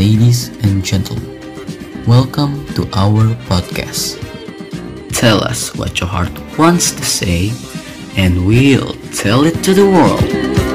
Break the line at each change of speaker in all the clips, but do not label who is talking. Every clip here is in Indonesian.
ladies and gentlemen, welcome to our podcast. Tell us what your heart wants to say, and we'll tell it to the world.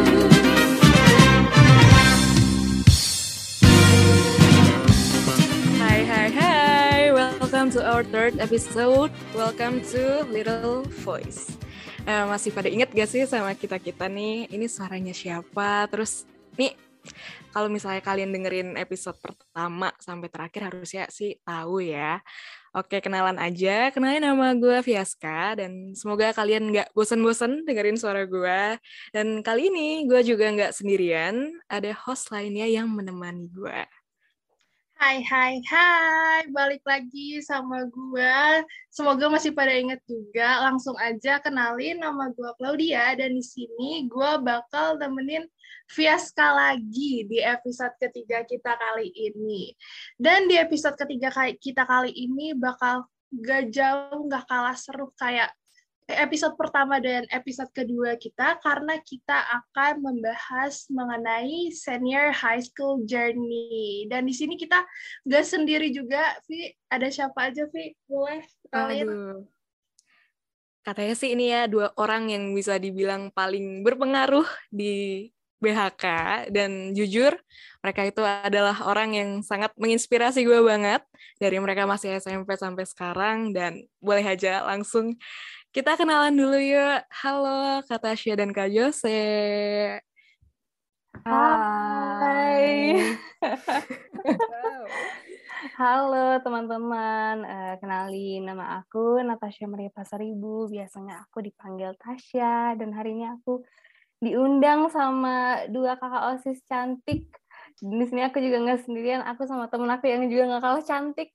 Hi, welcome to our third episode. Welcome to Little Voice. Masih pada ingat gak sih sama kita-kita nih? Ini suaranya siapa? Terus nih, kalau misalnya kalian dengerin episode pertama sampai terakhir harusnya sih tahu ya. Oke, kenalan aja. Kenalin nama gue Fiaska dan semoga kalian nggak bosan-bosan dengerin suara gue. Dan kali ini gue juga nggak sendirian, ada host lainnya yang menemani gue.
Hai, balik lagi sama gue. Semoga masih pada ingat juga. Langsung aja kenalin, nama gue Claudia dan di sini gue bakal temenin Fiaska lagi di episode ketiga kita kali ini. Dan di episode ketiga kita kali ini bakal gak jauh, gak kalah seru kayak episode pertama dan episode kedua kita karena kita akan membahas mengenai senior high school journey. Dan di sini kita gak sendiri juga, Vi. Ada siapa aja, Vi? Boleh kenalin?
Aduh. Katanya sih ini ya 2 orang yang bisa dibilang paling berpengaruh di BHK, dan jujur mereka itu adalah orang yang sangat menginspirasi gue banget dari mereka masih SMP sampai sekarang. Dan boleh aja langsung kita kenalan dulu yuk. Halo Kak Tasya dan Kak Jose.
Hai. Halo teman-teman, kenalin nama aku Natasha Maria Pasaribu, biasanya aku dipanggil Tasya, dan hari ini aku diundang sama 2 kakak OSIS cantik. Di sini aku juga nggak sendirian, aku sama temen aku yang juga nggak kalah cantik.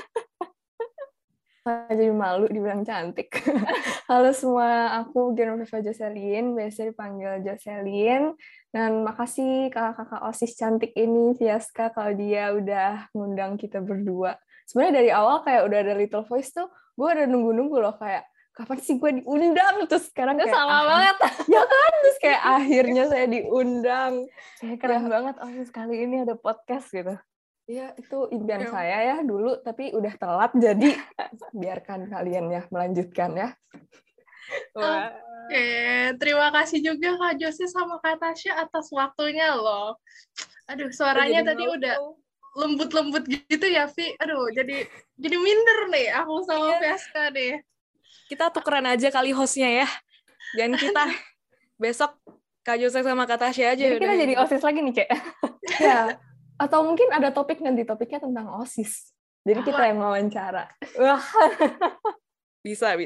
Jadi malu dibilang cantik. Halo semua, aku Genoveva Jocelyn, biasa dipanggil Jocelyn. Dan makasih kakak-kakak OSIS cantik ini, Fiaska, kalau dia udah ngundang kita berdua. Sebenarnya dari awal kayak udah ada Little Voice tuh, gue udah nunggu-nunggu loh kayak, kapan sih gue diundang? Terus sekarang kayak
sama banget.
Ya kan? Terus kayak akhirnya saya diundang. Kayak keren banget OSIS kali ini ada podcast gitu. Iya, itu impian saya ya dulu, tapi udah telat, jadi biarkan kalian ya melanjutkan ya.
Oke, terima kasih juga Kak Jose sama Kak Tasya atas waktunya loh. Aduh, suaranya tadi udah lembut-lembut gitu ya, Vi. Aduh, jadi minder nih aku sama Fiaska nih.
Kita tukeran aja kali hostnya ya. Dan kita besok Kak Jose sama Kak Tasya aja.
Jadi kita jadi OSIS lagi nih, Cek. Ya. Atau mungkin ada nanti topiknya tentang OSIS. Jadi kita yang wawancara.
Wah. Bisa.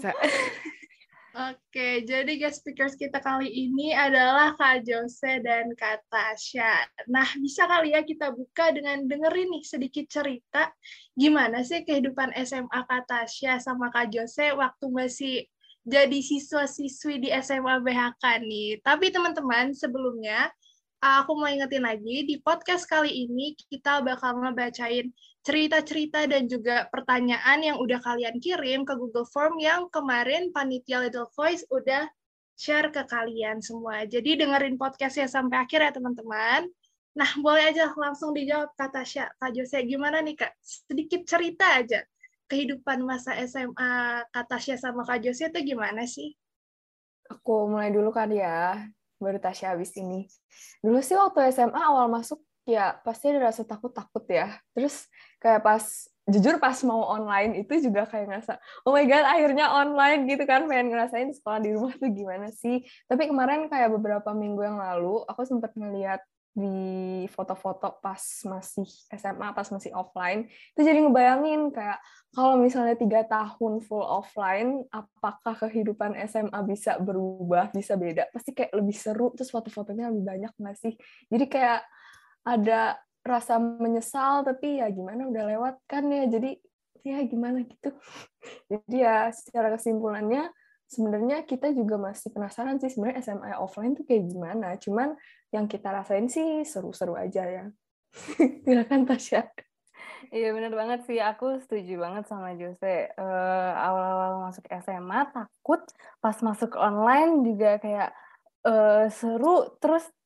Oke, jadi guest speakers kita kali ini adalah Kak Jose dan Kak Tasya. Nah, bisa kali ya kita buka dengan dengerin nih sedikit cerita gimana sih kehidupan SMA Kak Tasya sama Kak Jose waktu masih jadi siswa-siswi di SMA BHK nih. Tapi teman-teman, sebelumnya aku mau ingetin lagi, di podcast kali ini kita bakal ngebacain cerita-cerita dan juga pertanyaan yang udah kalian kirim ke Google Form yang kemarin panitia Little Voice udah share ke kalian semua. Jadi dengerin podcastnya sampai akhir ya teman-teman. Nah, boleh aja langsung dijawab Kak Tasya, Kak Jose, gimana nih Kak? Sedikit cerita aja. Kehidupan masa SMA Kak Tasya sama Kak Jose itu gimana sih?
Aku mulai dulu kan ya. Baru Tasya habis ini. Dulu sih waktu SMA awal masuk ya pasti ada rasa takut-takut ya. Terus kayak jujur pas mau online itu juga kayak ngerasa, oh my god akhirnya online gitu kan, pengen ngerasain sekolah di rumah tuh gimana sih. Tapi kemarin kayak beberapa minggu yang lalu aku sempat ngeliat di foto-foto pas masih SMA, pas masih offline, itu jadi ngebayangin kayak kalau misalnya 3 tahun full offline, apakah kehidupan SMA bisa berubah, bisa beda? Pasti kayak lebih seru, terus foto-fotonya lebih banyak nggak sih? Jadi kayak ada rasa menyesal, tapi ya gimana udah lewat kan ya, jadi ya gimana gitu. Jadi ya secara kesimpulannya, sebenarnya kita juga masih penasaran sih sebenarnya SMA offline tuh kayak gimana. Cuman yang kita rasain sih seru-seru aja ya. Silakan Tasya.
Iya benar banget sih, aku setuju banget sama Jose. Awal-awal masuk SMA takut, pas masuk online juga kayak seru, terus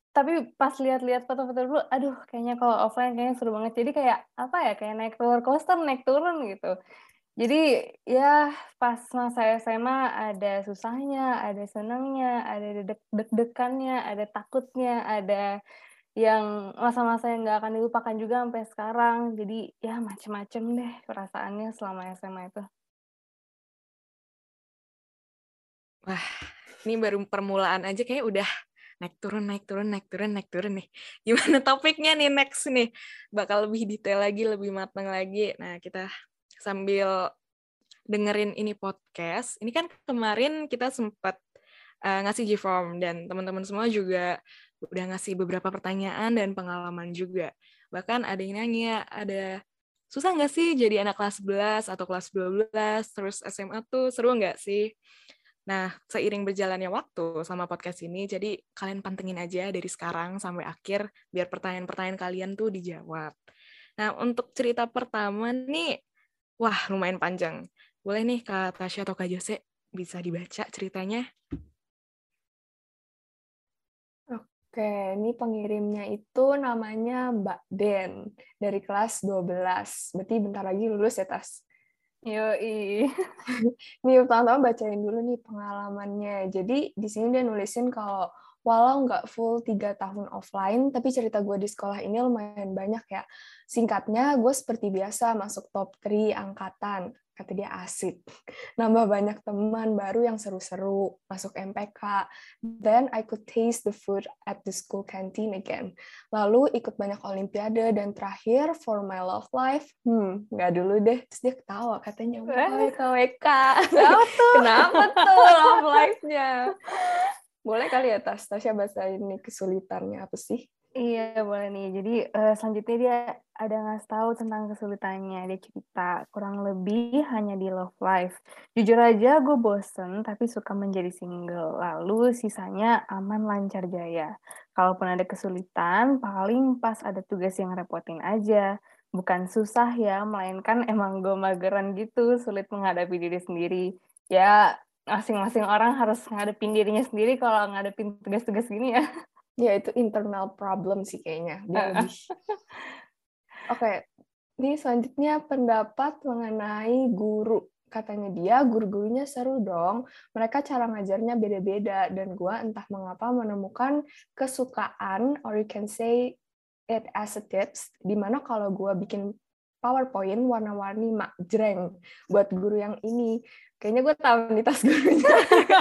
Tapi pas lihat-lihat foto-foto dulu, aduh kayaknya kalau offline kayaknya seru banget. Jadi kayak apa ya, kayak naik roller coaster, naik turun gitu. Jadi ya pas masa SMA ada susahnya, ada senangnya, ada deg-degannya, ada takutnya, ada yang masa-masa yang nggak akan dilupakan juga sampai sekarang. Jadi ya macem-macem deh perasaannya selama SMA itu.
Wah, ini baru permulaan aja kayak udah naik turun, naik turun, naik turun, naik turun nih. Gimana topiknya nih next nih? Bakal lebih detail lagi, lebih matang lagi. Nah, kita sambil dengerin ini podcast. Ini kan kemarin kita sempat ngasih G-form dan teman-teman semua juga udah ngasih beberapa pertanyaan dan pengalaman juga. Bahkan ada yang nanya, ada susah nggak sih jadi anak kelas 11 atau kelas 12, terus SMA tuh seru nggak sih? Nah, seiring berjalannya waktu sama podcast ini, jadi kalian pantengin aja dari sekarang sampai akhir, biar pertanyaan-pertanyaan kalian tuh dijawab. Nah, untuk cerita pertama nih, wah lumayan panjang. Boleh nih Kak Tasya atau Kak Jose bisa dibaca ceritanya?
Oke, ini pengirimnya itu namanya Mbak Den dari kelas 12. Berarti bentar lagi lulus ya, Tas?
Yoi.
Nih, pertama-tama bacain dulu nih pengalamannya. Jadi, di sini dia nulisin kalau walau nggak full 3 tahun offline, tapi cerita gue di sekolah ini lumayan banyak ya. Singkatnya, gue seperti biasa masuk top 3 angkatan. Kata dia asik. Nambah banyak teman baru yang seru-seru. Masuk MPK. Then I could taste the food at the school canteen again. Lalu ikut banyak olimpiade, dan terakhir for my love life, nggak dulu deh. Terus dia ketawa, katanya, WK. Kenapa tuh love life-nya? Boleh kali ya, Tasya bacain nih kesulitannya apa sih?
Iya, boleh nih. Jadi selanjutnya dia ada ngasih tahu tentang kesulitannya. Dia cerita, kurang lebih hanya di love life. Jujur aja gue bosen, tapi suka menjadi single. Lalu sisanya aman lancar jaya. Kalaupun ada kesulitan, paling pas ada tugas yang repotin aja. Bukan susah ya, melainkan emang gue mageran gitu, sulit menghadapi diri sendiri. Ya, masing-masing orang harus ngadepin dirinya sendiri kalau ngadepin tugas-tugas gini ya.
Ya, itu internal problem sih kayaknya. Dia lebih... Oke, ini selanjutnya pendapat mengenai guru. Katanya dia, guru-gurunya seru dong. Mereka cara ngajarnya beda-beda. Dan gue entah mengapa menemukan kesukaan, or you can say it as a tips, dimana kalau gue bikin PowerPoint warna-warni jreng buat guru yang ini. Kayaknya gue tahu nih tas gurunya.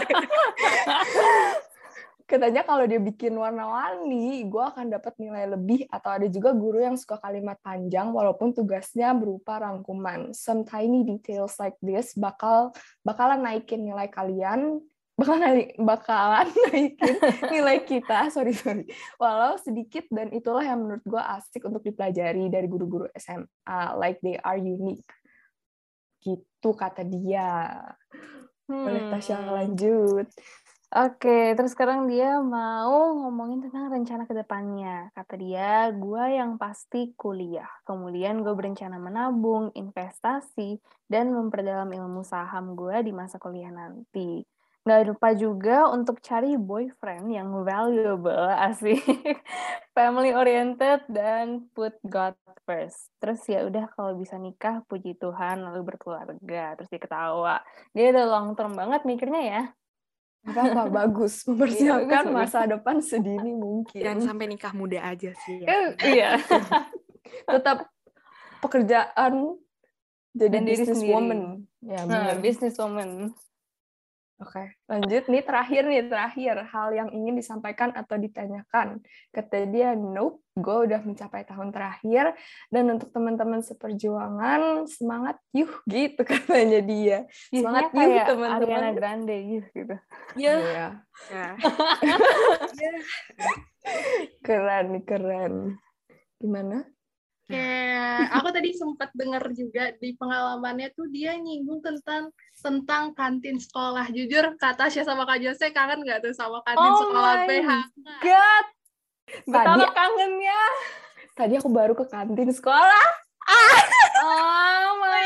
Katanya kalau dia bikin warna-warni, gue akan dapat nilai lebih, atau ada juga guru yang suka kalimat panjang walaupun tugasnya berupa rangkuman. Some tiny details like this bakalan naikin nilai kalian, bakalan naikin nilai kita, sorry, walau sedikit, dan itulah yang menurut gue asik untuk dipelajari dari guru-guru SMA, like they are unique. Gitu kata dia. Boleh Tasya lanjut.
Oke, terus sekarang dia mau ngomongin tentang rencana ke depannya. Kata dia, gue yang pasti kuliah. Kemudian gue berencana menabung, investasi, dan memperdalam ilmu saham gue di masa kuliah nanti. Nggak lupa juga untuk cari boyfriend yang valuable, asik, family oriented, dan put God first. Terus ya udah kalau bisa nikah, puji Tuhan, lalu berkeluarga. Terus dia ketawa. Dia udah long term banget mikirnya ya.
Apa-apa, bagus. Mempersiapkan masa depan sedini mungkin.
Jangan sampai nikah muda aja sih.
Ya. Iya.
Tetap pekerjaan jadi business woman.
Ya, benar. Business woman.
Oke, lanjut nih terakhir hal yang ingin disampaikan atau ditanyakan. Kata dia, nope, gue udah mencapai tahun terakhir, dan untuk teman-teman seperjuangan, semangat yuh, gitu katanya dia. Semangat yuh teman-teman.
Ariana Grande yuh gitu.
Iya. Keren. Gimana?
Kayak aku tadi sempat dengar juga di pengalamannya tuh dia nyinggung tentang kantin sekolah. Jujur Kak Tasya sama Kak Jose kangen nggak tuh sama kantin sekolah PH?
God, betapa kangennya.
Tadi aku baru ke kantin sekolah.
Oh my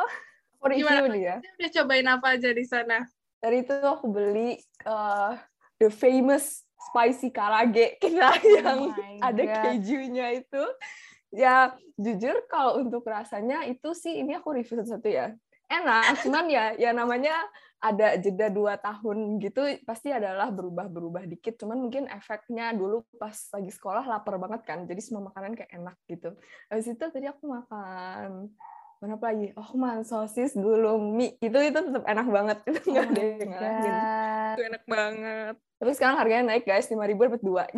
God. Gimana? Dia udah cobain apa aja di sana?
Dari itu aku beli the famous spicy karage kita yang
my
ada
God.
kejunya itu. Ya, jujur kalau untuk rasanya itu sih, ini aku review satu-satu ya. Enak, cuman ya namanya ada jeda 2 tahun gitu, pasti adalah berubah-berubah dikit. Cuman mungkin efeknya dulu pas lagi sekolah lapar banget kan, jadi semua makanan kayak enak gitu. Habis itu tadi aku makan, mana apa lagi? Oh, makan sosis gulung mie. Itu tetap enak banget. Itu nggak ada yang ngalahin.
Itu enak banget.
Tapi sekarang harganya naik guys, 5.000 dapat 2.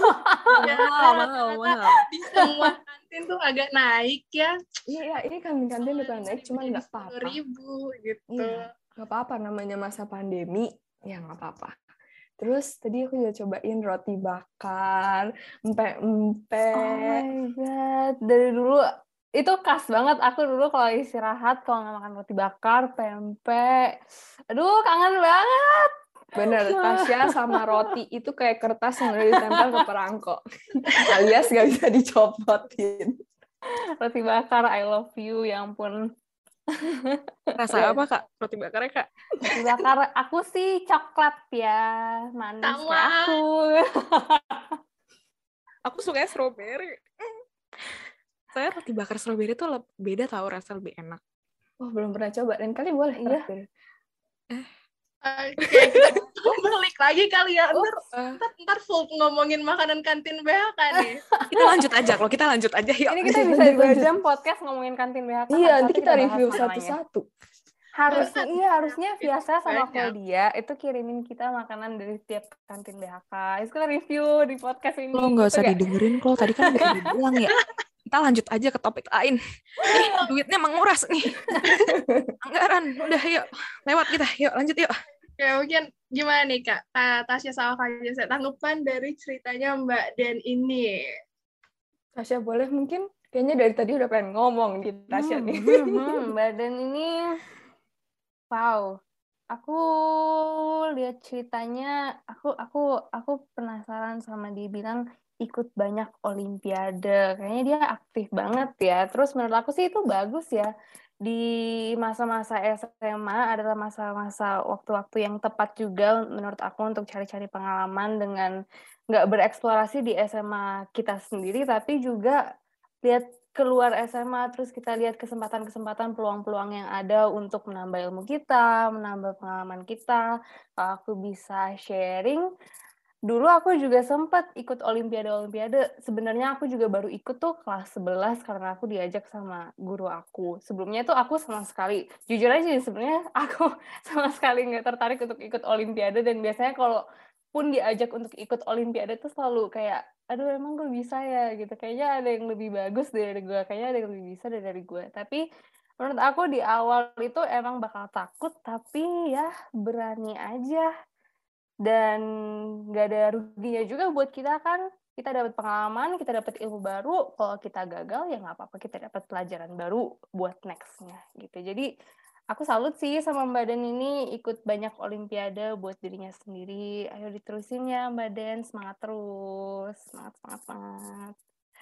Mahal.
Di semua kantin tuh agak naik ya.
Iya, ini kantin bukan naik, cuman nggak apa-apa.
10.000 gitu.
Iya, nggak apa-apa, namanya masa pandemi, ya nggak apa-apa. Terus tadi aku juga cobain roti bakar, empe-empe.
Oh my God. Dari dulu, itu khas banget. Aku dulu kalau istirahat, kalau nggak makan roti bakar, pempek. Aduh, kangen banget.
Bener, Tasya sama roti itu kayak kertas yang udah ditempel ke perangko. Alias nggak bisa dicopotin.
Roti bakar, I love you, ya ampun.
Rasa apa Kak? Roti bakarnya Kak?
Roti bakar, aku sih coklat ya. Manis
Sama.
kayak aku.
Aku sukanya strawberry. Saya roti bakar strawberry tuh beda tahu, rasa lebih enak.
Oh, belum pernah coba. Dan kali boleh
Iya.
traktir.
Oke, kita balik lagi kali ya. Ntar full ngomongin makanan kantin BHK nih.
Kita lanjut aja, kalau kita lanjut aja yuk.
Ini kita bisa 2 jam podcast ngomongin kantin BHK.
Iya,
satu-satu
nanti kita
bahas
review
namanya.
satu-satu.
Harusnya Fiasa sama
Banyak.
Claudia itu kirimin kita makanan dari tiap kantin BHK. Terus kita review di podcast ini.
Lo nggak usah
Betul
didengerin, Klo. Tadi kan udah dibilang ya. Kita lanjut aja ke topik lain. Duitnya menguras nih. Anggaran. Udah, yuk. Lewat kita. Yuk, lanjut yuk.
Ya mungkin gimana nih Kak Tasya sama Kak Jose, tanggapan dari ceritanya Mbak Den ini.
Tasya boleh mungkin? Kayaknya dari tadi udah pengen ngomong di Tasya nih.
Badan ini, wow. Aku lihat ceritanya, aku penasaran sama dia bilang ikut banyak olimpiade. Kayaknya dia aktif banget ya. Terus menurut aku sih itu bagus ya. Di masa-masa SMA adalah masa-masa waktu-waktu yang tepat juga menurut aku untuk cari-cari pengalaman dengan nggak bereksplorasi di SMA kita sendiri, tapi juga lihat keluar SMA, terus kita lihat kesempatan-kesempatan, peluang-peluang yang ada untuk menambah ilmu kita, menambah pengalaman kita. Kalau aku bisa sharing, dulu aku juga sempat ikut olimpiade. Sebenarnya aku juga baru ikut tuh kelas 11 karena aku diajak sama guru aku. Sebelumnya tuh aku sama sekali, jujur aja sebenarnya aku sama sekali nggak tertarik untuk ikut olimpiade, dan biasanya kalau pun diajak untuk ikut olimpiade tuh selalu kayak, aduh emang gue bisa ya gitu. Kayaknya ada yang lebih bagus dari gue, kayaknya ada yang lebih bisa dari gue. Tapi menurut aku di awal itu emang bakal takut, tapi ya berani aja. Dan nggak ada ruginya juga buat kita kan, kita dapat pengalaman, kita dapat ilmu baru. Kalau kita gagal ya nggak apa-apa, kita dapat pelajaran baru buat next-nya gitu. Jadi aku salut sih sama Mbak Den ini ikut banyak olimpiade buat dirinya sendiri. Ayo diterusin ya Mbak Den, semangat terus, semangat.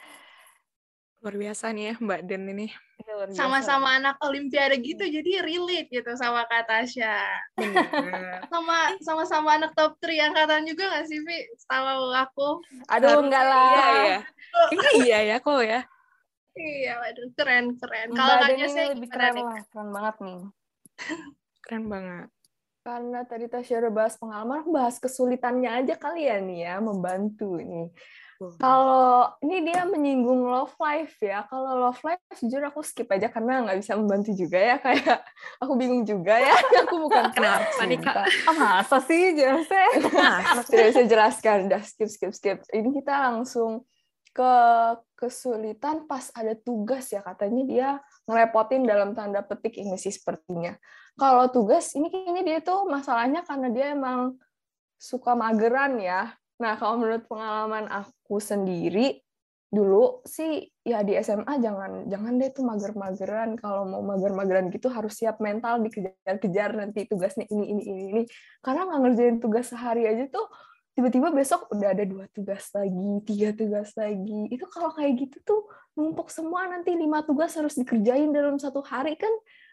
Luar biasa nih ya Mbak Den ini.
Sama-sama anak olimpiade gitu, jadi relate gitu sama Kak Tasya.
Bener.
Sama-sama anak top 3 angkatan juga nggak sih, Vi? Setahu aku.
Aduh, enggak lah.
Iya ya. Iya ya, Klo ya.
Iya, waduh, keren.
Mbak
Kalau Kak
Den
Jose
ini lebih
gimana
keren
nih?
lah, keren banget nih.
Keren banget.
Karena tadi Tasya udah bahas pengalaman, aku bahas kesulitannya aja kali ya nih ya, membantu nih. Kalau ini dia menyinggung love life ya, kalau love life jujur aku skip aja karena nggak bisa membantu juga ya, kayak aku bingung juga ya, aku bukan
Kenapa nih, Kak?
Masa sih Jose?
Tidak bisa jelaskan, udah skip. Ini kita langsung ke kesulitan pas ada tugas ya, katanya dia ngerepotin dalam tanda petik ini sih sepertinya. Kalau tugas ini dia tuh masalahnya karena dia emang suka mageran ya. Nah, kalau menurut pengalaman aku sendiri, dulu sih ya di SMA jangan deh tuh mager-mageran. Kalau mau mager-mageran gitu harus siap mental dikejar-kejar nanti tugasnya ini. Karena nggak ngerjain tugas sehari aja tuh tiba-tiba besok udah ada 2 tugas lagi, 3 tugas lagi. Itu kalau kayak gitu tuh numpuk semua, nanti 5 tugas harus dikerjain dalam 1 hari kan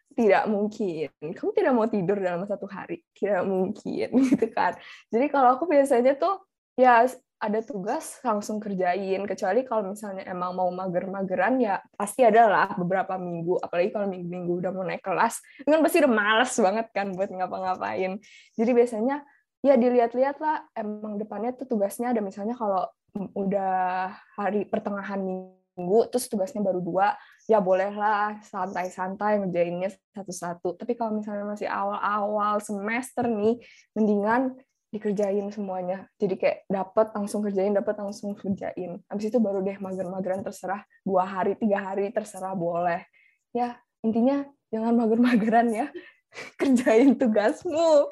tidak mungkin. Kamu tidak mau tidur dalam 1 hari, tidak mungkin gitu kan. Jadi kalau aku biasanya tuh ya ada tugas langsung kerjain, kecuali kalau misalnya emang mau mager-mageran ya pasti ada lah beberapa minggu, apalagi kalau minggu-minggu udah mau naik kelas, itu kan pasti udah males banget kan buat ngapa-ngapain. Jadi biasanya ya dilihat-lihat lah, emang depannya tuh tugasnya ada, misalnya kalau udah hari pertengahan minggu, terus tugasnya baru 2, ya bolehlah santai-santai ngerjainnya satu-satu. Tapi kalau misalnya masih awal-awal semester nih, mendingan dikerjain semuanya. Jadi kayak dapat langsung kerjain. Habis itu baru deh mager-mageran, terserah 2 hari, 3 hari, terserah boleh. Ya, intinya jangan mager-mageran ya. Kerjain tugasmu.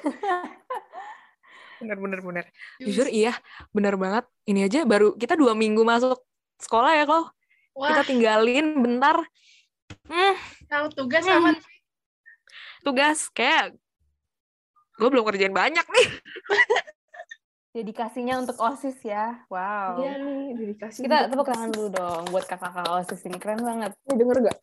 Bener. Jujur iya, bener banget. Ini aja baru kita 2 minggu masuk sekolah ya, Klo. Kita tinggalin bentar.
Kalau tugas aman.
Tugas kayak gue belum kerjain banyak nih.
Dedikasinya untuk OSIS ya. Wow.
Iya nih, dedikasi.
Kita tepuk tangan dulu dong buat kakak-kakak OSIS ini. Keren banget.
Denger gak?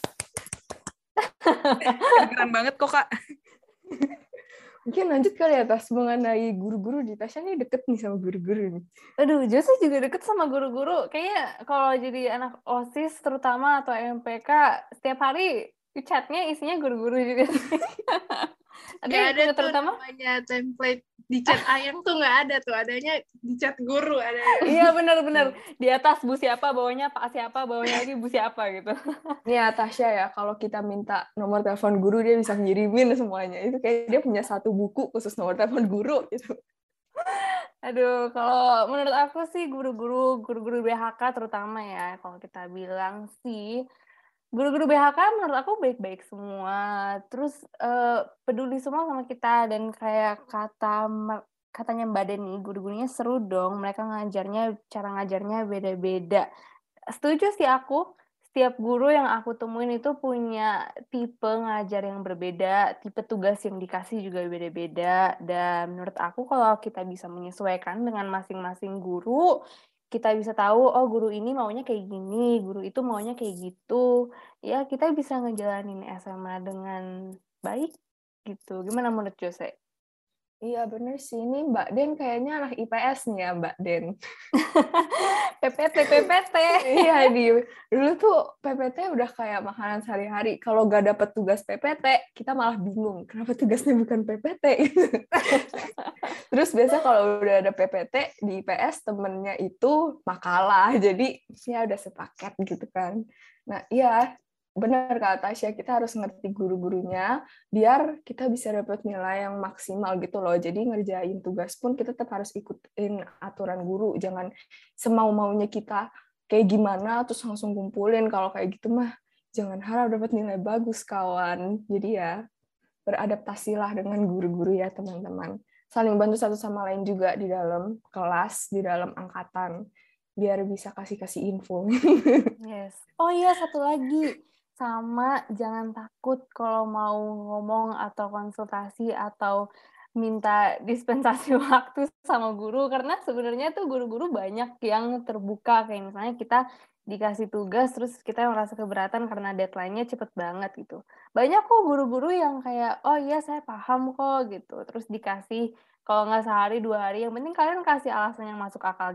Keren banget kok, Kak.
Mungkin lanjut kali ya, Tas, mengenai guru-guru. Di Tasya nih deket nih sama guru-guru nih.
Aduh, Jose juga deket sama guru-guru. Kayaknya kalau jadi anak OSIS terutama atau MPK, setiap hari chatnya isinya guru-guru juga.
Nggak ada tuh
terutama
namanya template di chat ayang tuh nggak ada tuh, adanya di chat guru ada.
Iya benar-benar, di atas bu siapa, bawahnya pak siapa, bawahnya lagi bu siapa gitu.
Nih Tasya ya, kalau kita minta nomor telepon guru dia bisa ngirimin semuanya. Itu kayak dia punya 1 buku khusus nomor telepon guru gitu.
Aduh, kalau menurut aku sih guru-guru BHK terutama ya, kalau kita bilang sih guru-guru BHK menurut aku baik-baik semua, terus peduli semua sama kita, dan kayak katanya Mbak Deni, guru-gurunya seru dong, mereka cara ngajarnya beda-beda. Setuju sih aku, setiap guru yang aku temuin itu punya tipe ngajar yang berbeda, tipe tugas yang dikasih juga beda-beda, dan menurut aku kalau kita bisa menyesuaikan dengan masing-masing guru, kita bisa tahu, oh guru ini maunya kayak gini, guru itu maunya kayak gitu. Ya, kita bisa ngejalanin SMA dengan baik gitu. Gimana menurut Jose?
Iya bener sih, ini Mbak Den kayaknya anak IPS nih ya Mbak Den.
PPT.
Iya, dulu tuh PPT udah kayak makanan sehari-hari. Kalau gak dapet tugas PPT, kita malah bingung, kenapa tugasnya bukan PPT? Terus biasa kalau udah ada PPT di IPS, temennya itu makalah, jadi ya udah sepaket gitu kan. Nah iya, benar kata Tasya, kita harus ngerti guru-gurunya biar kita bisa dapat nilai yang maksimal gitu loh. Jadi ngerjain tugas pun kita tetap harus ikutin aturan guru, jangan semau-maunya kita kayak gimana terus langsung kumpulin. Kalau kayak gitu mah jangan harap dapat nilai bagus kawan. Jadi ya beradaptasilah dengan guru-guru ya teman-teman. Saling bantu satu sama lain juga di dalam kelas, di dalam angkatan, biar bisa kasih info.
Yes. Oh iya, satu lagi. Sama jangan takut kalau mau ngomong atau konsultasi atau minta dispensasi waktu sama guru, karena sebenarnya tuh guru-guru banyak yang terbuka, kayak misalnya kita dikasih tugas terus kita merasa keberatan karena deadline-nya cepet banget gitu. Banyak kok guru-guru yang kayak, oh iya saya paham kok gitu, terus dikasih kalau nggak sehari 2 hari, yang penting kalian kasih alasan yang masuk akal,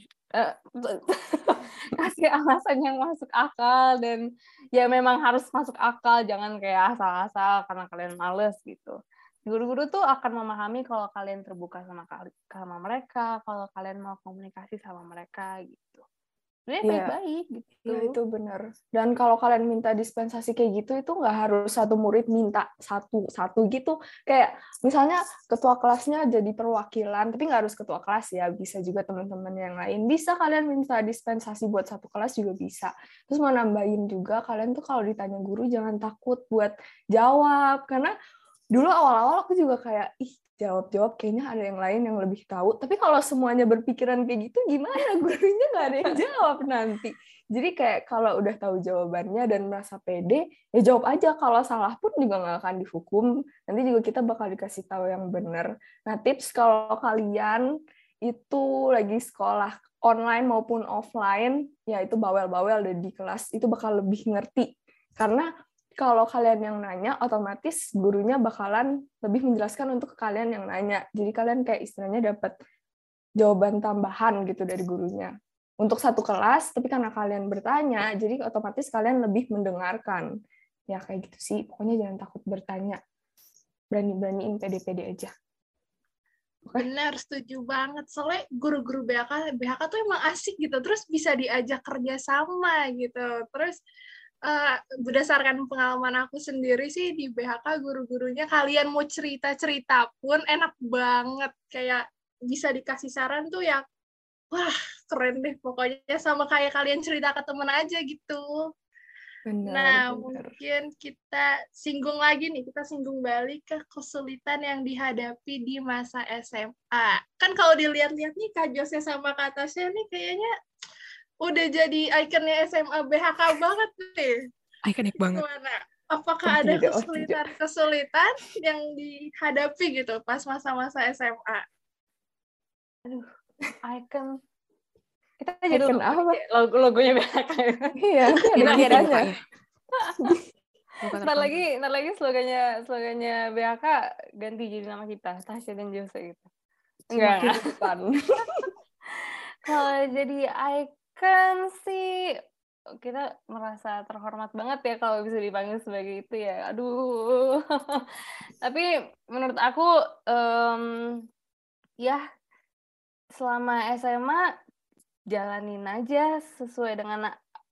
kasih alasan yang masuk akal, dan ya memang harus masuk akal, jangan kayak asal-asal karena kalian males gitu. Guru-guru tuh akan memahami kalau kalian terbuka sama mereka, kalau kalian mau komunikasi sama mereka gitu. Sebenarnya baik-baik gitu.
Iya, itu benar. Dan kalau kalian minta dispensasi kayak gitu, itu nggak harus satu murid minta satu-satu gitu. Kayak misalnya ketua kelasnya jadi perwakilan, tapi nggak harus ketua kelas ya, bisa juga teman-teman yang lain. Bisa kalian minta dispensasi buat satu kelas juga bisa. Terus mau nambahin juga, kalian tuh kalau ditanya guru jangan takut buat jawab. Karena dulu awal-awal aku juga kayak, jawab-jawab kayaknya ada yang lain yang lebih tahu. Tapi kalau semuanya berpikiran kayak gitu, gimana? Gurunya nggak ada yang jawab nanti. Jadi kayak kalau udah tahu jawabannya dan merasa pede, ya jawab aja. Kalau salah pun juga nggak akan dihukum. Nanti juga kita bakal dikasih tahu yang benar. Nah, tips kalau kalian itu lagi sekolah online maupun offline, ya itu bawel-bawel di kelas, itu bakal lebih ngerti. Karena kalau kalian yang nanya, otomatis gurunya bakalan lebih menjelaskan untuk ke kalian yang nanya. Jadi kalian kayak istilahnya dapat jawaban tambahan gitu dari gurunya. Untuk satu kelas, tapi karena kalian bertanya, jadi otomatis kalian lebih mendengarkan. Ya kayak gitu sih, pokoknya jangan takut bertanya. Berani-beraniin pede-pede aja.
Benar, setuju banget. Soalnya guru-guru BHK tuh emang asik gitu. Terus bisa diajak kerja sama gitu. Terus berdasarkan pengalaman aku sendiri sih di BHK, guru-gurunya kalian mau cerita-cerita pun enak banget. Kayak bisa dikasih saran tuh ya, wah keren deh pokoknya, sama kayak kalian cerita ke temen aja gitu. Nah,
Benar.
mungkin kita singgung lagi nih, kita singgung balik ke kesulitan yang dihadapi di masa SMA. Kan kalau dilihat-lihat nih, Kak Jose sama Kak Tasya nih kayaknya udah jadi ikonnya SMA BHK banget nih.
Ikonik banget.
Gimana? Apakah ada kesulitan-kesulitan yang dihadapi gitu pas masa-masa SMA?
Aduh, icon. Kita jadi
Icon apa?
Logonya BHK.
Iya, nanti ada
Nanti ada
mukanya.
Ntar lagi slogannya BHK ganti jadi nama kita, Tasya dan Jose gitu.
Semakin di depan.
Kalau jadi icon sih kita merasa terhormat banget ya kalau bisa dipanggil sebagai itu ya. Aduh. Tapi menurut aku ya selama SMA jalanin aja sesuai dengan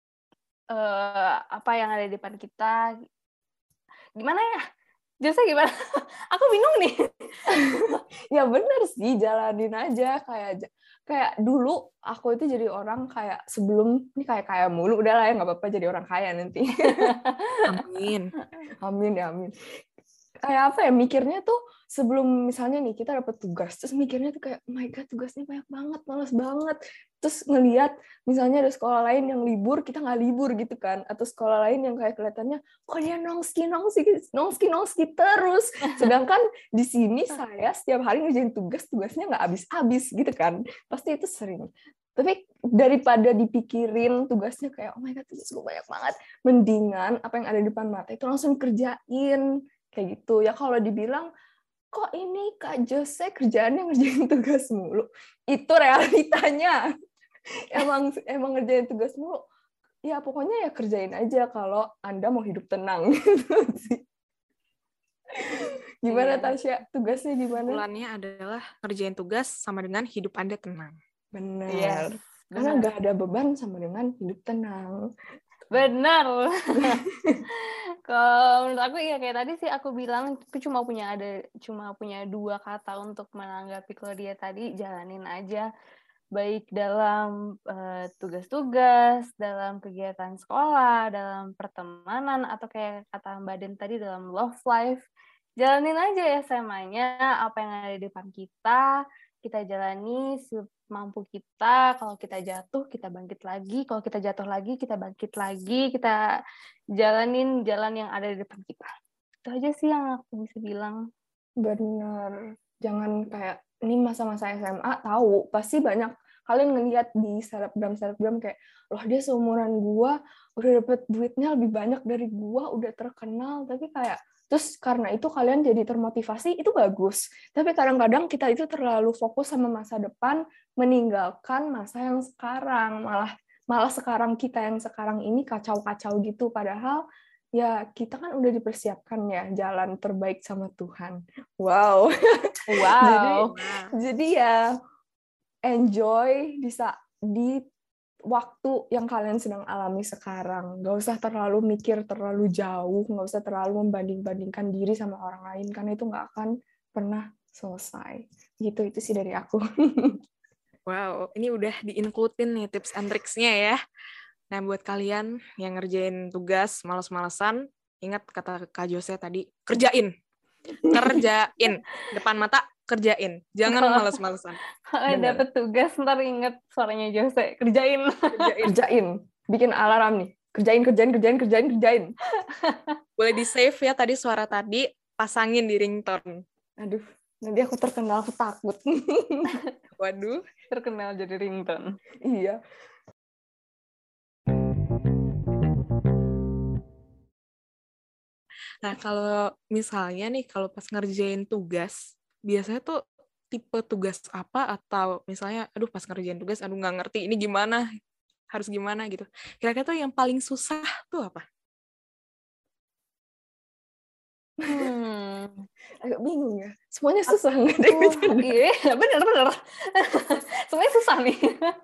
apa yang ada di depan kita. Gimana ya? Jose gimana? Aku bingung nih.
Ya bener sih, jalanin aja. Kayak dulu aku itu jadi orang kayak sebelum ini kayak mulu, udah lah ya nggak apa-apa jadi orang kaya nanti.
Amin.
Amin ya amin. Kayak apa ya, mikirnya tuh sebelum misalnya nih kita dapat tugas, terus mikirnya tuh kayak, oh my god tugasnya banyak banget, males banget. Terus ngelihat misalnya ada sekolah lain yang libur, kita nggak libur gitu kan, atau sekolah lain yang kayak kelihatannya kok dia nongski terus, sedangkan di sini saya setiap hari ngerjain tugasnya nggak habis-habis gitu kan, pasti itu sering. Tapi daripada dipikirin tugasnya kayak oh my god tugas gue banyak banget, mendingan apa yang ada di depan mata itu langsung kerjain. Kayak gitu ya. Kalau dibilang kok ini Kak Jose kerjaannya ngerjain tugas mulu, itu realitanya. emang ngerjain tugas mulu. Ya pokoknya ya kerjain aja kalau Anda mau hidup tenang gitu sih. Gimana Tasya, tugasnya gimana?
Kesimpulannya adalah ngerjain tugas sama dengan hidup Anda tenang.
Benar.
Yes,
Karena nggak ada beban sama dengan hidup tenang.
Benar. Kalau menurut aku ya kayak tadi sih aku bilang, aku cuma punya 2 kata untuk menanggapi Claudia tadi, jalanin aja. Baik dalam tugas-tugas, dalam kegiatan sekolah, dalam pertemanan, atau kayak kata Mbak Den tadi dalam love life. Jalanin aja ya SMA-nya, apa yang ada di depan kita jalani semampu kita. Kalau kita jatuh, kita bangkit lagi. Kalau kita jatuh lagi, kita bangkit lagi. Kita jalanin jalan yang ada di depan kita. Itu aja sih yang aku bisa bilang.
Benar. Jangan kayak, ini masa-masa SMA, tahu, pasti banyak kalian ngelihat di selebgram kayak, loh dia seumuran gua, udah dapet duitnya lebih banyak dari gua, udah terkenal, tapi kayak, terus karena itu kalian jadi termotivasi, itu bagus. Tapi kadang-kadang kita itu terlalu fokus sama masa depan, meninggalkan masa yang sekarang. Malah sekarang kita yang sekarang ini kacau-kacau gitu. Padahal ya kita kan udah dipersiapkan ya jalan terbaik sama Tuhan. Wow.
Wow.
Jadi ya enjoy di waktu yang kalian sedang alami sekarang. Nggak usah terlalu mikir terlalu jauh, nggak usah terlalu membanding-bandingkan diri sama orang lain, karena itu nggak akan pernah selesai. Gitu, itu sih dari aku.
Wow, ini udah di-include nih tips and tricks-nya ya. Nah, buat kalian yang ngerjain tugas males-malesan, ingat kata Kak Jose tadi, kerjain. Depan mata, kerjain. Jangan males-malesan.
Dapat tugas, ntar inget suaranya Jose. Kerjain.
Bikin alarm nih. Kerjain.
Boleh di-save ya tadi suara tadi, pasangin di ringtone.
Aduh, nanti aku terkenal, aku takut.
Waduh.
Terkenal jadi ringtone.
Iya.
Nah, kalau misalnya nih, kalau pas ngerjain tugas, biasanya tuh tipe tugas apa, atau misalnya, aduh pas ngerjain tugas, aduh nggak ngerti ini gimana, harus gimana gitu. Kira-kira tuh yang paling susah tuh apa?
Agak bingung ya. Semuanya susah, nggak ada yang bercanda.
Iya, bener. Semuanya susah nih.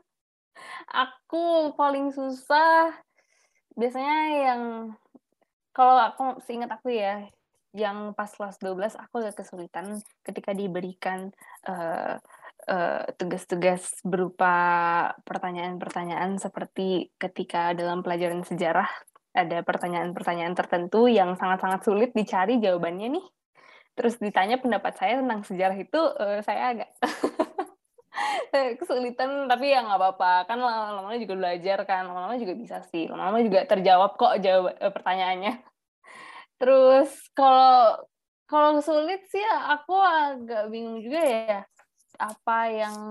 Aku paling susah biasanya yang, kalau aku seingat aku ya, yang pas kelas 12 aku agak kesulitan ketika diberikan tugas-tugas berupa pertanyaan-pertanyaan seperti ketika dalam pelajaran sejarah ada pertanyaan-pertanyaan tertentu yang sangat-sangat sulit dicari jawabannya nih. Terus ditanya pendapat saya tentang sejarah itu, saya agak kesulitan, tapi ya nggak apa-apa. Kan lama-lama juga belajar kan, lama-lama juga bisa sih. Lama-lama juga terjawab kok pertanyaannya. Terus kalau sulit sih ya, aku agak bingung juga ya. Apa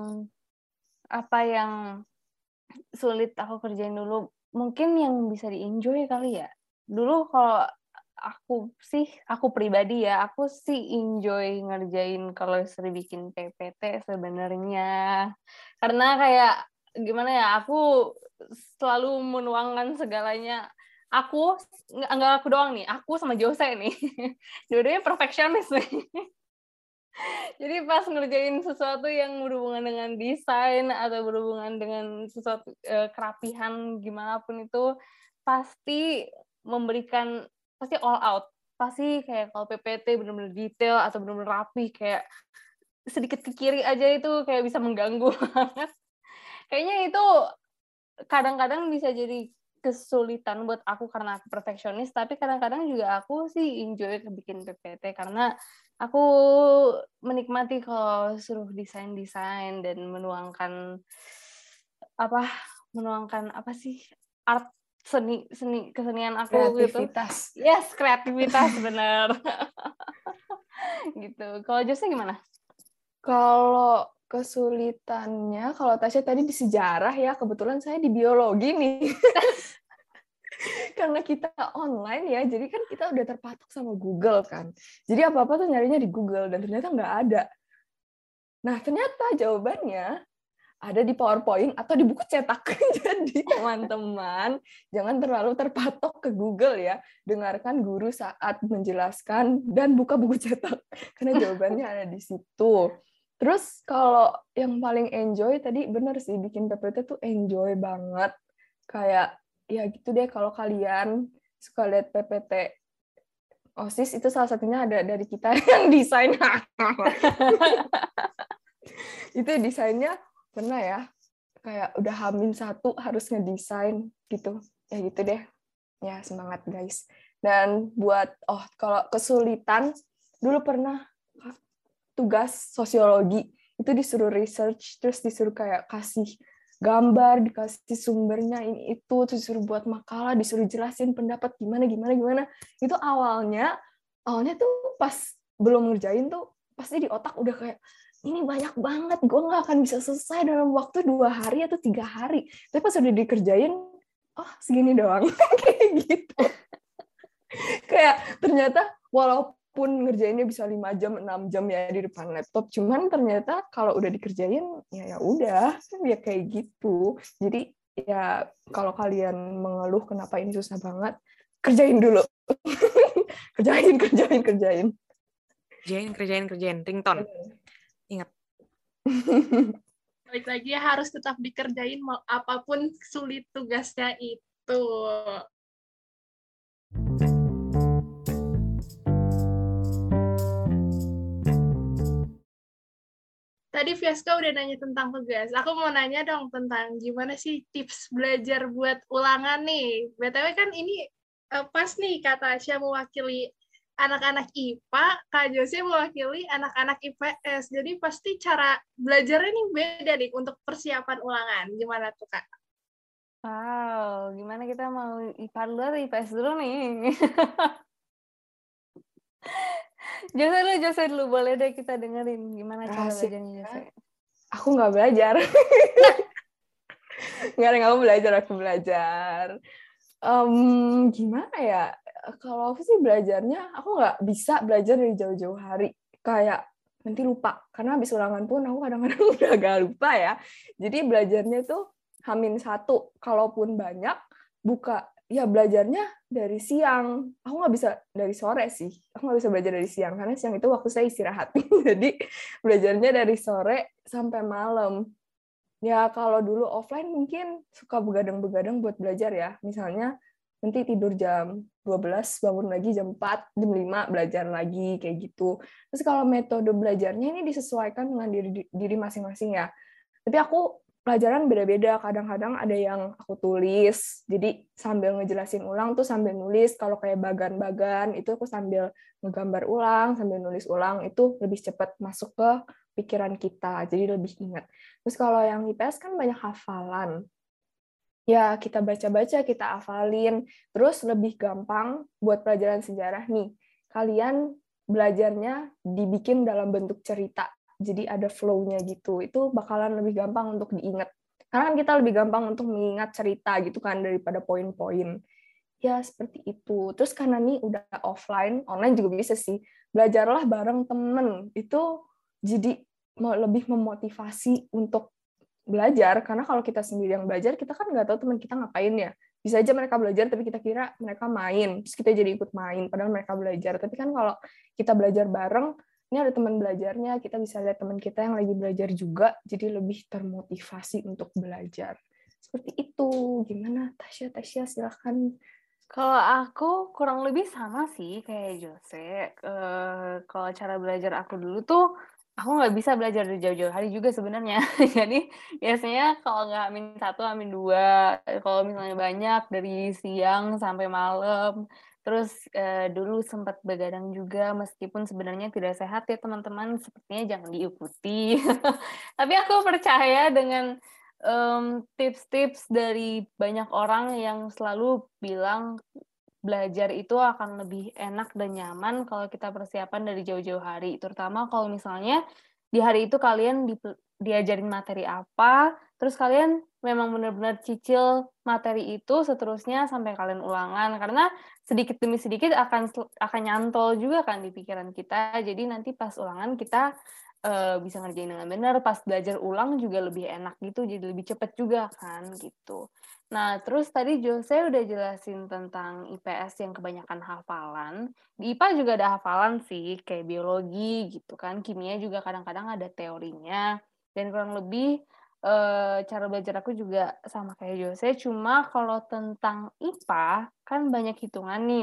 yang sulit aku kerjain dulu, mungkin yang bisa di-enjoy kali ya. Dulu kalau aku pribadi ya, aku sih enjoy ngerjain kalau sering bikin PPT sebenarnya. Karena kayak gimana ya, aku selalu menuangkan segalanya. Nggak aku doang nih, aku sama Jose nih. Dua-duanya perfeksionis nih. Jadi pas ngerjain sesuatu yang berhubungan dengan desain atau berhubungan dengan sesuatu kerapihan gimana pun itu pasti pasti all out. Pasti kayak kalau PPT benar-benar detail atau benar-benar rapi, kayak sedikit ke kiri aja itu kayak bisa mengganggu banget. Kayaknya itu kadang-kadang bisa jadi kesulitan buat aku karena aku perfeksionis, tapi kadang-kadang juga aku sih enjoy bikin PPT karena aku menikmati kalau suruh desain-desain dan menuangkan apa sih, art, seni kesenian aku gitu.
Kreativitas.
Yes, kreativitas bener. Gitu. Kalau Jose gimana?
Kalau kesulitannya, kalau Tasya tadi di sejarah ya, kebetulan saya di biologi nih. Karena kita online ya, jadi kan kita udah terpatok sama Google kan. Jadi apa-apa tuh nyarinya di Google, dan ternyata nggak ada. Nah, ternyata jawabannya ada di PowerPoint atau di buku cetak. Jadi teman-teman, jangan terlalu terpatok ke Google ya. Dengarkan guru saat menjelaskan dan buka buku cetak. Karena jawabannya ada di situ. Terus kalau yang paling enjoy tadi bener sih, bikin PPT tuh enjoy banget. Kayak ya gitu deh, kalau kalian suka lihat PPT OSIS itu salah satunya ada dari kita yang desain. Itu desainnya pernah ya, kayak udah H-1 harus ngedesain gitu. Ya gitu deh. Ya semangat guys. Dan kalau kesulitan, dulu pernah tugas sosiologi, itu disuruh research, terus disuruh kayak kasih gambar, dikasih sumbernya ini itu, terus disuruh buat makalah, disuruh jelasin pendapat gimana. Itu awalnya tuh pas belum ngerjain tuh pasti di otak udah kayak ini banyak banget, gue nggak akan bisa selesai dalam waktu 2 hari atau 3 hari. Tapi pas udah dikerjain, oh segini doang. Kayak gitu. Kayak ternyata walaupun ngerjainnya bisa 5 jam, 6 jam ya di depan laptop, cuman ternyata kalau udah dikerjain, ya udah, ya kayak gitu. Jadi ya kalau kalian mengeluh kenapa ini susah banget, kerjain dulu. Kerjain.
Kerjain, ringtone. Ingat.
Balik lagi harus tetap dikerjain mau apapun sulit tugasnya itu. Tadi Fiaska udah nanya tentang tugas. Aku mau nanya dong tentang gimana sih tips belajar buat ulangan nih. BTW kan ini pas nih kata Tasya mewakili anak-anak IPA, Kak Jose mewakili anak-anak IPS. Jadi pasti cara belajarnya nih beda nih untuk persiapan ulangan. Gimana tuh, Kak?
Wow, gimana kita mau IPA dulu atau IPS dulu nih? Jose dulu, boleh deh kita dengerin gimana cara belajarnya Jose.
Aku nggak belajar. Nggak, aku belajar. Gimana ya? kalau aku sih belajarnya, aku nggak bisa belajar dari jauh-jauh hari. Kayak nanti lupa. Karena habis ulangan pun aku kadang-kadang udah agak lupa ya. Jadi belajarnya tuh H-1. Kalaupun banyak, belajarnya dari siang. Aku nggak bisa dari sore sih. Aku nggak bisa belajar dari siang. Karena siang itu waktu saya istirahat. Jadi belajarnya dari sore sampai malam. Ya kalau dulu offline mungkin suka begadang-begadang buat belajar ya. Misalnya nanti tidur jam 12, bangun lagi jam 4, jam 5, belajar lagi, kayak gitu. Terus kalau metode belajarnya ini disesuaikan dengan diri masing-masing ya. Tapi aku pelajaran beda-beda, kadang-kadang ada yang aku tulis, jadi sambil ngejelasin ulang tuh sambil nulis, kalau kayak bagan-bagan, itu aku sambil ngegambar ulang, sambil nulis ulang, itu lebih cepat masuk ke pikiran kita, jadi lebih ingat. Terus kalau yang IPS kan banyak hafalan, ya kita baca-baca, kita hafalin, terus lebih gampang buat pelajaran sejarah nih. Kalian belajarnya dibikin dalam bentuk cerita, jadi ada flow-nya gitu. Itu bakalan lebih gampang untuk diingat. Karena kan kita lebih gampang untuk mengingat cerita gitu kan daripada poin-poin. Ya seperti itu. Terus karena nih udah offline, online juga bisa sih. Belajarlah bareng temen. Itu jadi lebih memotivasi untuk belajar, karena kalau kita sendiri yang belajar, kita kan nggak tahu teman kita ngapain ya. Bisa aja mereka belajar, tapi kita kira mereka main, terus kita jadi ikut main, padahal mereka belajar. Tapi kan kalau kita belajar bareng, ini ada teman belajarnya, kita bisa lihat teman kita yang lagi belajar juga, jadi lebih termotivasi untuk belajar. Seperti itu. Gimana, Tasya? Tasya, silahkan.
Kalau aku kurang lebih sama sih kayak Jose. Kalau cara belajar aku dulu tuh, aku nggak bisa belajar dari jauh-jauh hari juga sebenarnya. Jadi biasanya kalau nggak H-1, H-2, kalau misalnya banyak dari siang sampai malam. Terus dulu sempat begadang juga, meskipun sebenarnya tidak sehat ya teman-teman, sepertinya jangan diikuti. Tapi aku percaya dengan tips-tips dari banyak orang yang selalu bilang belajar itu akan lebih enak dan nyaman kalau kita persiapan dari jauh-jauh hari. Terutama kalau misalnya di hari itu kalian diajarin materi apa, terus kalian memang benar-benar cicil materi itu seterusnya sampai kalian ulangan. Karena sedikit demi sedikit akan nyantol juga kan di pikiran kita. Jadi nanti pas ulangan kita bisa ngerjain dengan benar, pas belajar ulang juga lebih enak gitu, jadi lebih cepat juga kan gitu. Nah, terus tadi Jose udah jelasin tentang IPS yang kebanyakan hafalan. Di IPA juga ada hafalan sih, kayak biologi gitu kan, kimia juga kadang-kadang ada teorinya. Dan kurang lebih cara belajar aku juga sama kayak Jose, cuma kalau tentang IPA kan banyak hitungan nih.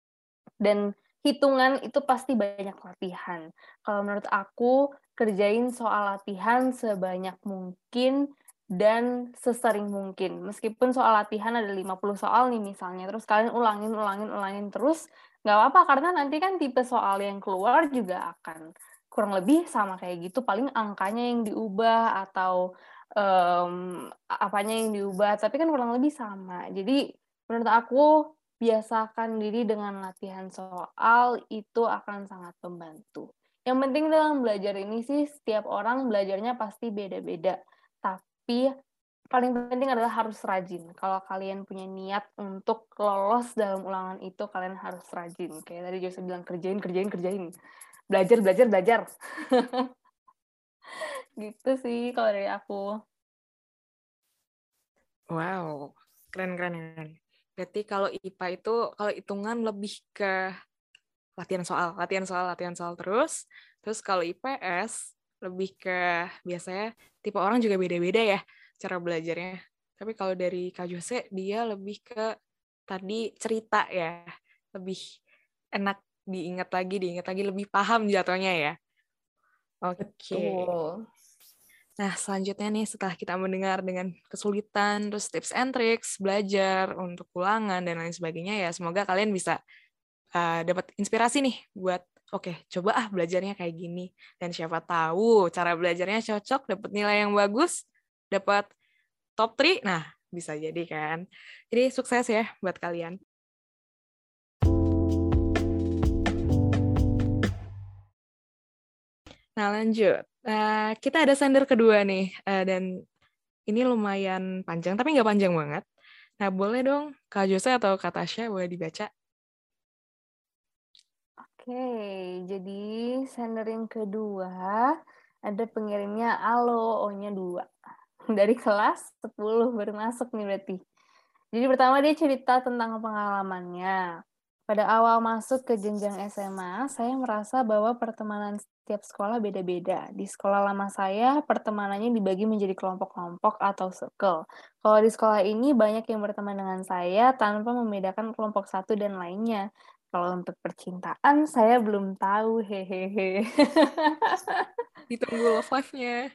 Dan hitungan itu pasti banyak latihan. Kalau menurut aku, kerjain soal latihan sebanyak mungkin dan sesering mungkin. Meskipun soal latihan ada 50 soal nih misalnya, terus kalian ulangin terus, nggak apa-apa, karena nanti kan tipe soal yang keluar juga akan kurang lebih sama kayak gitu, paling angkanya yang diubah atau apanya yang diubah, tapi kan kurang lebih sama. Jadi menurut aku, biasakan diri dengan latihan soal, itu akan sangat membantu. Yang penting dalam belajar ini sih, setiap orang belajarnya pasti beda-beda. Tapi paling penting adalah harus rajin. Kalau kalian punya niat untuk lolos dalam ulangan itu, kalian harus rajin. Kayak tadi Jose bilang, kerjain. Belajar. Gitu sih kalau dari aku.
Wow, keren. Berarti kalau IPA itu, kalau hitungan lebih ke latihan soal terus. Terus kalau IPS lebih ke, biasanya tipe orang juga beda-beda ya cara belajarnya. Tapi kalau dari Kak Jose, dia lebih ke tadi cerita ya. Lebih enak diingat lagi, lebih paham jatuhnya ya. Oke.
Betul.
Nah, selanjutnya nih, setelah kita mendengar dengan kesulitan, terus tips and tricks, belajar untuk ulangan, dan lain sebagainya, ya semoga kalian bisa dapat inspirasi nih buat, oke, coba belajarnya kayak gini. Dan siapa tahu cara belajarnya cocok, dapat nilai yang bagus, dapat top 3, nah bisa jadi kan. Jadi sukses ya buat kalian. Nah, lanjut. Kita ada sender kedua nih, dan ini lumayan panjang, tapi nggak panjang banget. Nah, boleh dong Kak Jose atau Kak Tasya boleh dibaca?
Oke, jadi sender yang kedua ada pengirimnya Alo, O-nya 2. Dari kelas 10 baru masuk nih berarti. Jadi pertama dia cerita tentang pengalamannya. Pada awal masuk ke jenjang SMA, saya merasa bahwa pertemanan setiap sekolah beda-beda. Di sekolah lama saya, pertemanannya dibagi menjadi kelompok-kelompok atau circle. Kalau di sekolah ini, banyak yang berteman dengan saya tanpa membedakan kelompok satu dan lainnya. Kalau untuk percintaan, saya belum tahu, hehehe.
Ditunggu love life-nya.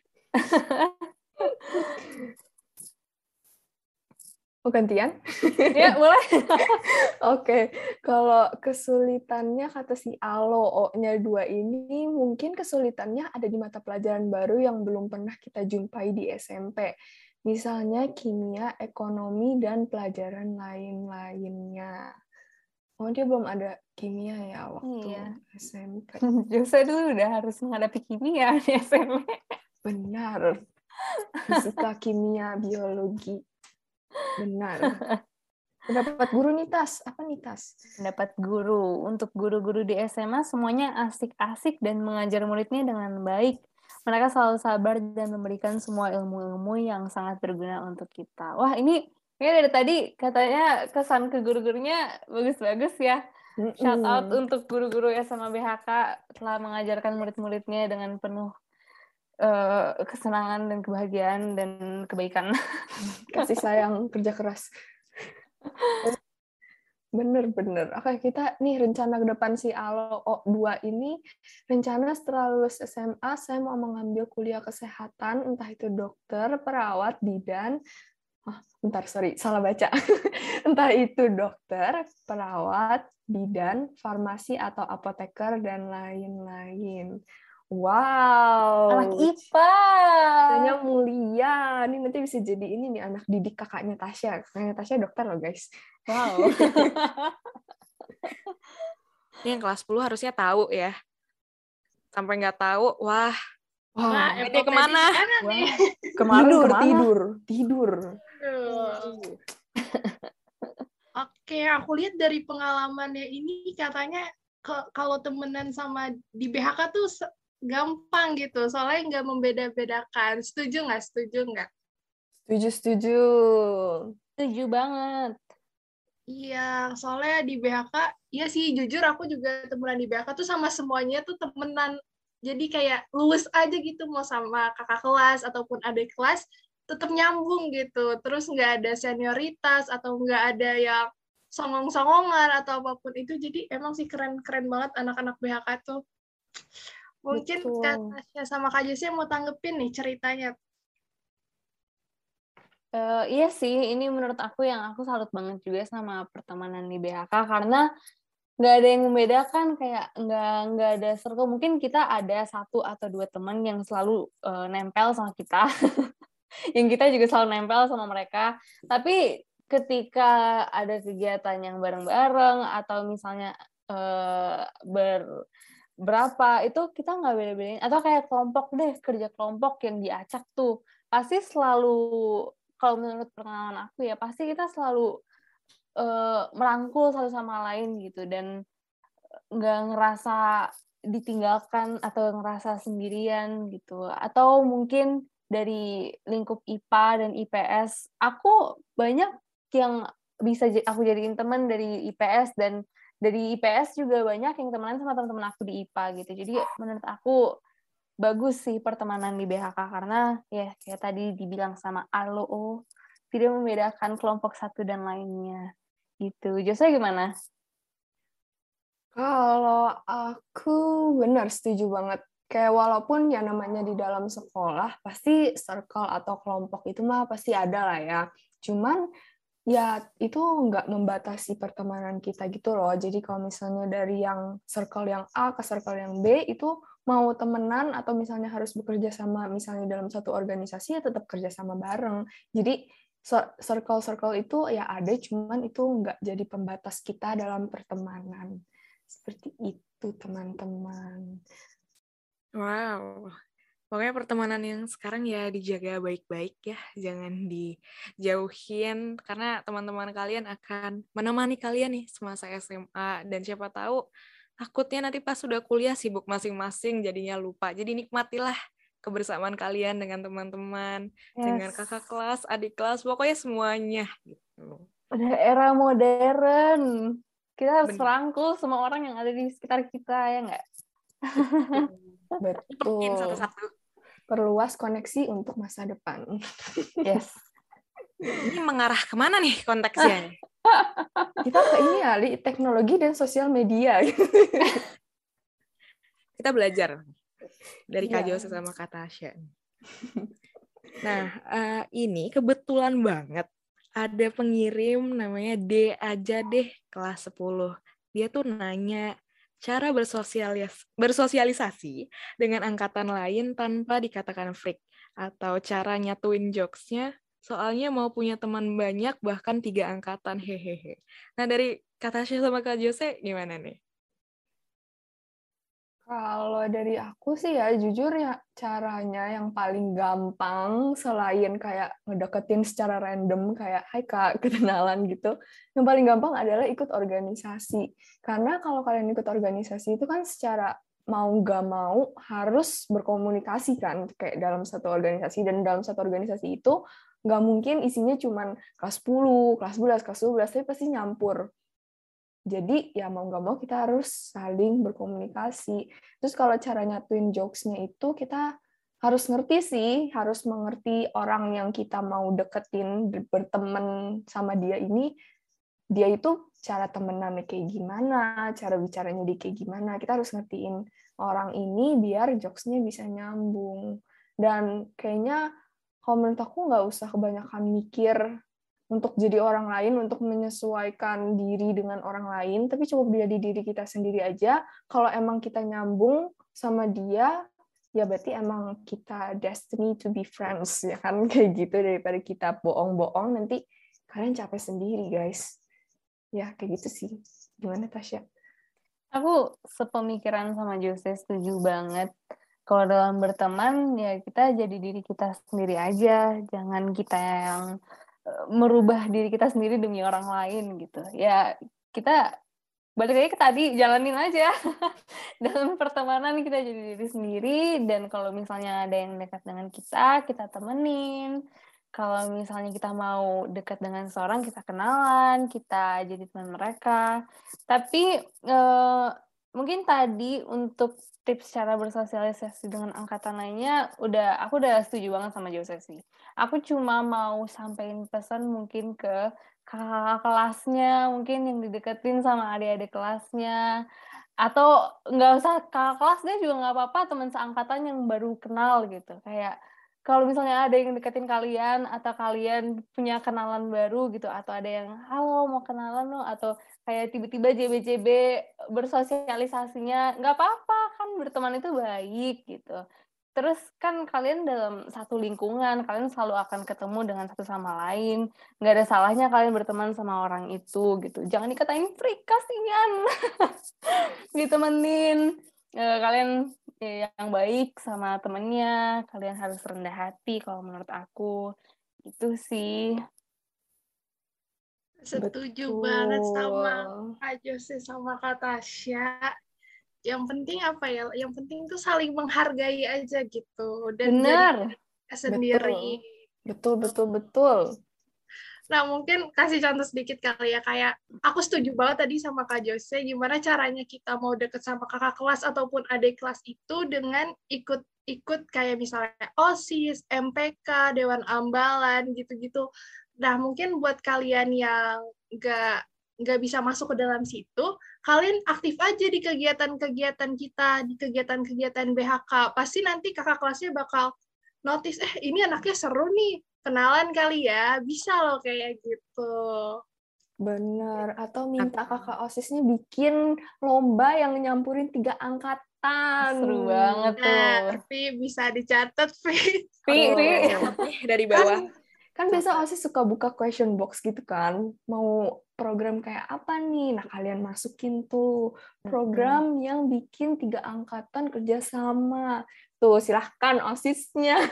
Oh, gantian?
Ya, boleh.
Oke, kalau kesulitannya kata si Alo, O-nya 2 ini mungkin kesulitannya ada di mata pelajaran baru yang belum pernah kita jumpai di SMP. Misalnya kimia, ekonomi, dan pelajaran lain-lainnya. Oh, dia belum ada kimia ya waktu
Iya.
SMP.
Jose dulu udah harus menghadapi kimia di SMP.
Benar. Fisika, kimia, biologi. Benar. Pendapat guru nih, Tas. Apa nih, Tas?
Pendapat guru. Untuk guru-guru di SMA, semuanya asik-asik dan mengajar muridnya dengan baik. Mereka selalu sabar dan memberikan semua ilmu-ilmu yang sangat berguna untuk kita. Wah, ini dari tadi katanya kesan ke guru-gurunya bagus-bagus ya. Shout out untuk guru-guru SMA BHK telah mengajarkan murid-muridnya dengan penuh kesenangan dan kebahagiaan dan kebaikan.
Kasih sayang, kerja keras. Bener-bener. Oke, kita nih rencana ke depan si Alo O2 ini, rencana setelah lulus SMA, saya mau mengambil kuliah kesehatan, entah itu dokter, perawat, bidan, bentar, sorry, salah baca. Entah itu dokter, perawat, bidan, farmasi, atau apoteker, dan lain-lain. Wow.
Anak IPA.
Katanya mulia. Ini nanti bisa jadi ini nih, anak didik kakaknya Tasya. Kakaknya Tasya dokter loh, guys.
Wow.
Ini yang kelas 10 harusnya tahu ya. Sampai nggak tahu, wah.
Wah,
Dia kemana?
nih?
Tidur.
Oke, aku lihat dari pengalamannya ini katanya kalau temenan sama di BHK tuh gampang gitu, soalnya nggak membeda-bedakan. Setuju nggak?
Setuju.
Setuju banget.
Iya, soalnya di BHK, iya sih jujur aku juga temenan di BHK tuh sama semuanya tuh temenan. Jadi kayak lulus aja gitu, mau sama kakak kelas ataupun adik kelas, tetap nyambung gitu. Terus nggak ada senioritas atau nggak ada yang songong-songongan atau apapun itu. Jadi emang sih keren-keren banget anak-anak BHK tuh. Mungkin
Betul.
Kak Tasya sama Kak Jessie mau tanggepin nih ceritanya.
Iya sih, ini menurut aku yang aku salut banget juga sama pertemanan di BHK karena nggak ada yang membedakan, kayak nggak ada circle. Mungkin kita ada 1 atau 2 teman yang selalu nempel sama kita, yang kita juga selalu nempel sama mereka. Tapi ketika ada kegiatan yang bareng-bareng atau misalnya berapa itu kita nggak beda-bedain, atau kayak kelompok deh, kerja kelompok yang diacak tuh pasti selalu, kalau menurut pengalaman aku ya, pasti kita selalu merangkul satu sama lain gitu dan nggak ngerasa ditinggalkan atau ngerasa sendirian gitu. Atau mungkin dari lingkup IPA dan IPS, aku banyak yang bisa aku jadiin teman dari IPS, dan dari IPS juga banyak yang temenan sama teman-teman aku di IPA gitu. Jadi menurut aku bagus sih pertemanan di BHK karena ya kayak tadi dibilang sama Alo, tidak membedakan kelompok satu dan lainnya gitu. Jose gimana?
Kalau aku benar setuju banget. Kayak walaupun ya namanya di dalam sekolah, pasti circle atau kelompok itu mah pasti ada lah ya. Cuman ya itu nggak membatasi pertemanan kita gitu loh. Jadi kalau misalnya dari yang circle yang A ke circle yang B, itu mau temenan atau misalnya harus bekerja sama misalnya dalam satu organisasi, ya tetap kerja sama bareng. Jadi circle-circle itu ya ada, cuman itu nggak jadi pembatas kita dalam pertemanan. Seperti itu, teman-teman.
Wow. Pokoknya pertemanan yang sekarang ya dijaga baik-baik ya. Jangan dijauhin, karena teman-teman kalian akan menemani kalian nih semasa SMA. Dan siapa tahu takutnya nanti pas sudah kuliah sibuk masing-masing jadinya lupa. Jadi nikmatilah kebersamaan kalian dengan teman-teman, dengan kakak kelas, adik kelas, pokoknya semuanya gitu.
Udah era modern. Kita harus
Bener.
merangkul semua orang yang ada di sekitar kita, ya nggak?
Penting
Betul.
satu-satu.
Perluas koneksi untuk masa depan.
Yes.
Ini mengarah kemana nih konteksnya?
Kita ke ini ya, Li, teknologi dan sosial media.
Kita belajar dari Kak
Iya.
Jose sama Kak Tasya. Nah, ini kebetulan banget ada pengirim namanya D aja deh kelas 10. Dia tuh nanya cara bersosialisasi dengan angkatan lain tanpa dikatakan freak, atau cara nyatuin jokes-nya soalnya mau punya teman banyak bahkan 3 angkatan, hehehe. Nah, dari Kak Tasya sama Kak Jose gimana nih?
Kalau dari aku sih ya, jujur ya, caranya yang paling gampang selain kayak ngedeketin secara random, kayak hai Kak, kenalan gitu, yang paling gampang adalah ikut organisasi. Karena kalau kalian ikut organisasi itu kan secara mau nggak mau harus berkomunikasi kan, kayak dalam satu organisasi, dan dalam satu organisasi itu nggak mungkin isinya cuman kelas 10, kelas 11, kelas 12, tapi pasti nyampur. Jadi ya mau nggak mau kita harus saling berkomunikasi. Terus kalau cara nyatuin jokes-nya itu kita harus ngerti sih, harus mengerti orang yang kita mau deketin, berteman sama dia ini, dia itu cara temenannya kayak gimana, cara bicaranya dia kayak gimana. Kita harus ngertiin orang ini biar jokes-nya bisa nyambung. Dan kayaknya kalau menurut aku nggak usah kebanyakan mikir untuk jadi orang lain, untuk menyesuaikan diri dengan orang lain, tapi cukup jadi diri kita sendiri aja. Kalau emang kita nyambung sama dia, ya berarti emang kita destiny to be friends, ya kan? Kayak gitu, daripada kita bohong-bohong, nanti kalian capek sendiri, guys. Ya, kayak gitu sih. Gimana, Tasya?
Aku sepemikiran sama Jose, setuju banget. Kalau dalam berteman, ya kita jadi diri kita sendiri aja. Jangan kita yang merubah diri kita sendiri demi orang lain gitu. Ya kita balik lagi ke tadi, jalanin aja. Dalam pertemanan kita jadi diri sendiri, dan kalau misalnya ada yang dekat dengan kita temenin. Kalau misalnya kita mau dekat dengan seorang, kita kenalan, kita jadi teman mereka. Tapi mungkin tadi untuk tips cara bersosialisasi dengan angkatan lainnya, aku udah setuju banget sama Jose sih. Aku cuma mau sampein pesan mungkin ke kakak kelasnya, mungkin yang dideketin sama adik-adik kelasnya, atau nggak usah kakak kelas deh juga nggak apa-apa, teman seangkatan yang baru kenal gitu. Kayak kalau misalnya ada yang deketin kalian, atau kalian punya kenalan baru gitu, atau ada yang halo mau kenalan lo, atau kayak tiba-tiba JB-JB bersosialisasinya, nggak apa-apa kan, berteman itu baik gitu. Terus kan kalian dalam satu lingkungan, kalian selalu akan ketemu dengan satu sama lain. Nggak ada salahnya kalian berteman sama orang itu gitu. Jangan dikatain freak, kasihan. Ditemenin. Kalian yang baik sama temennya. Kalian harus rendah hati kalau menurut aku. Itu sih.
Setuju banget sama Kak Jose sama Kak Tasya. Yang penting apa ya? Yang penting tuh saling menghargai aja gitu. Dan
Benar.
jadi sendiri.
Betul.
Nah, mungkin kasih contoh sedikit kali ya. Kayak aku setuju banget tadi sama Kak Jose. Gimana caranya kita mau deket sama kakak kelas ataupun adik kelas itu dengan ikut kayak misalnya OSIS, MPK, Dewan Ambalan, gitu-gitu. Nah, mungkin buat kalian yang nggak bisa masuk ke dalam situ, kalian aktif aja di kegiatan-kegiatan kita, di kegiatan-kegiatan BHK. Pasti nanti kakak kelasnya bakal notice, ini anaknya seru nih, kenalan kali ya, bisa loh kayak gitu.
Bener, atau minta kakak OSIS-nya bikin lomba yang nyampurin 3 angkatan.
Seru banget tuh.
Tapi bisa dicatat, Vi.
Dari bawah.
Kan biasa OSIS suka buka question box gitu kan, mau program kayak apa nih? Nah, kalian masukin tuh program yang bikin 3 angkatan kerjasama. Tuh, silahkan OSIS-nya.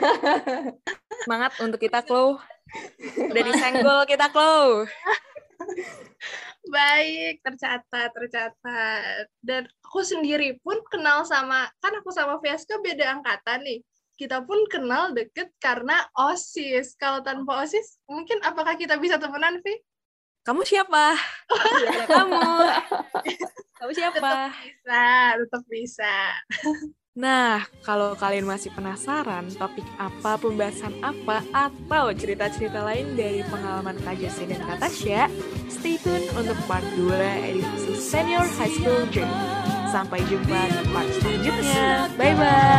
Semangat untuk kita, Klo. Udah disenggol kita, Klo.
Baik, tercatat. Dan aku sendiri pun kenal kan aku sama Fiaska beda angkatan nih. Kita pun kenal deket karena OSIS. Kalau tanpa OSIS, mungkin apakah kita bisa temenan, Vi?
Kamu siapa? Iya, kamu. Kamu siapa?
Tetap bisa.
Nah, kalau kalian masih penasaran topik apa, pembahasan apa, atau cerita-cerita lain dari pengalaman Kak Jose dan Kak Tasya, stay tune untuk part 2 edisi Senior High School Journey. Sampai jumpa di part selanjutnya. Bye-bye!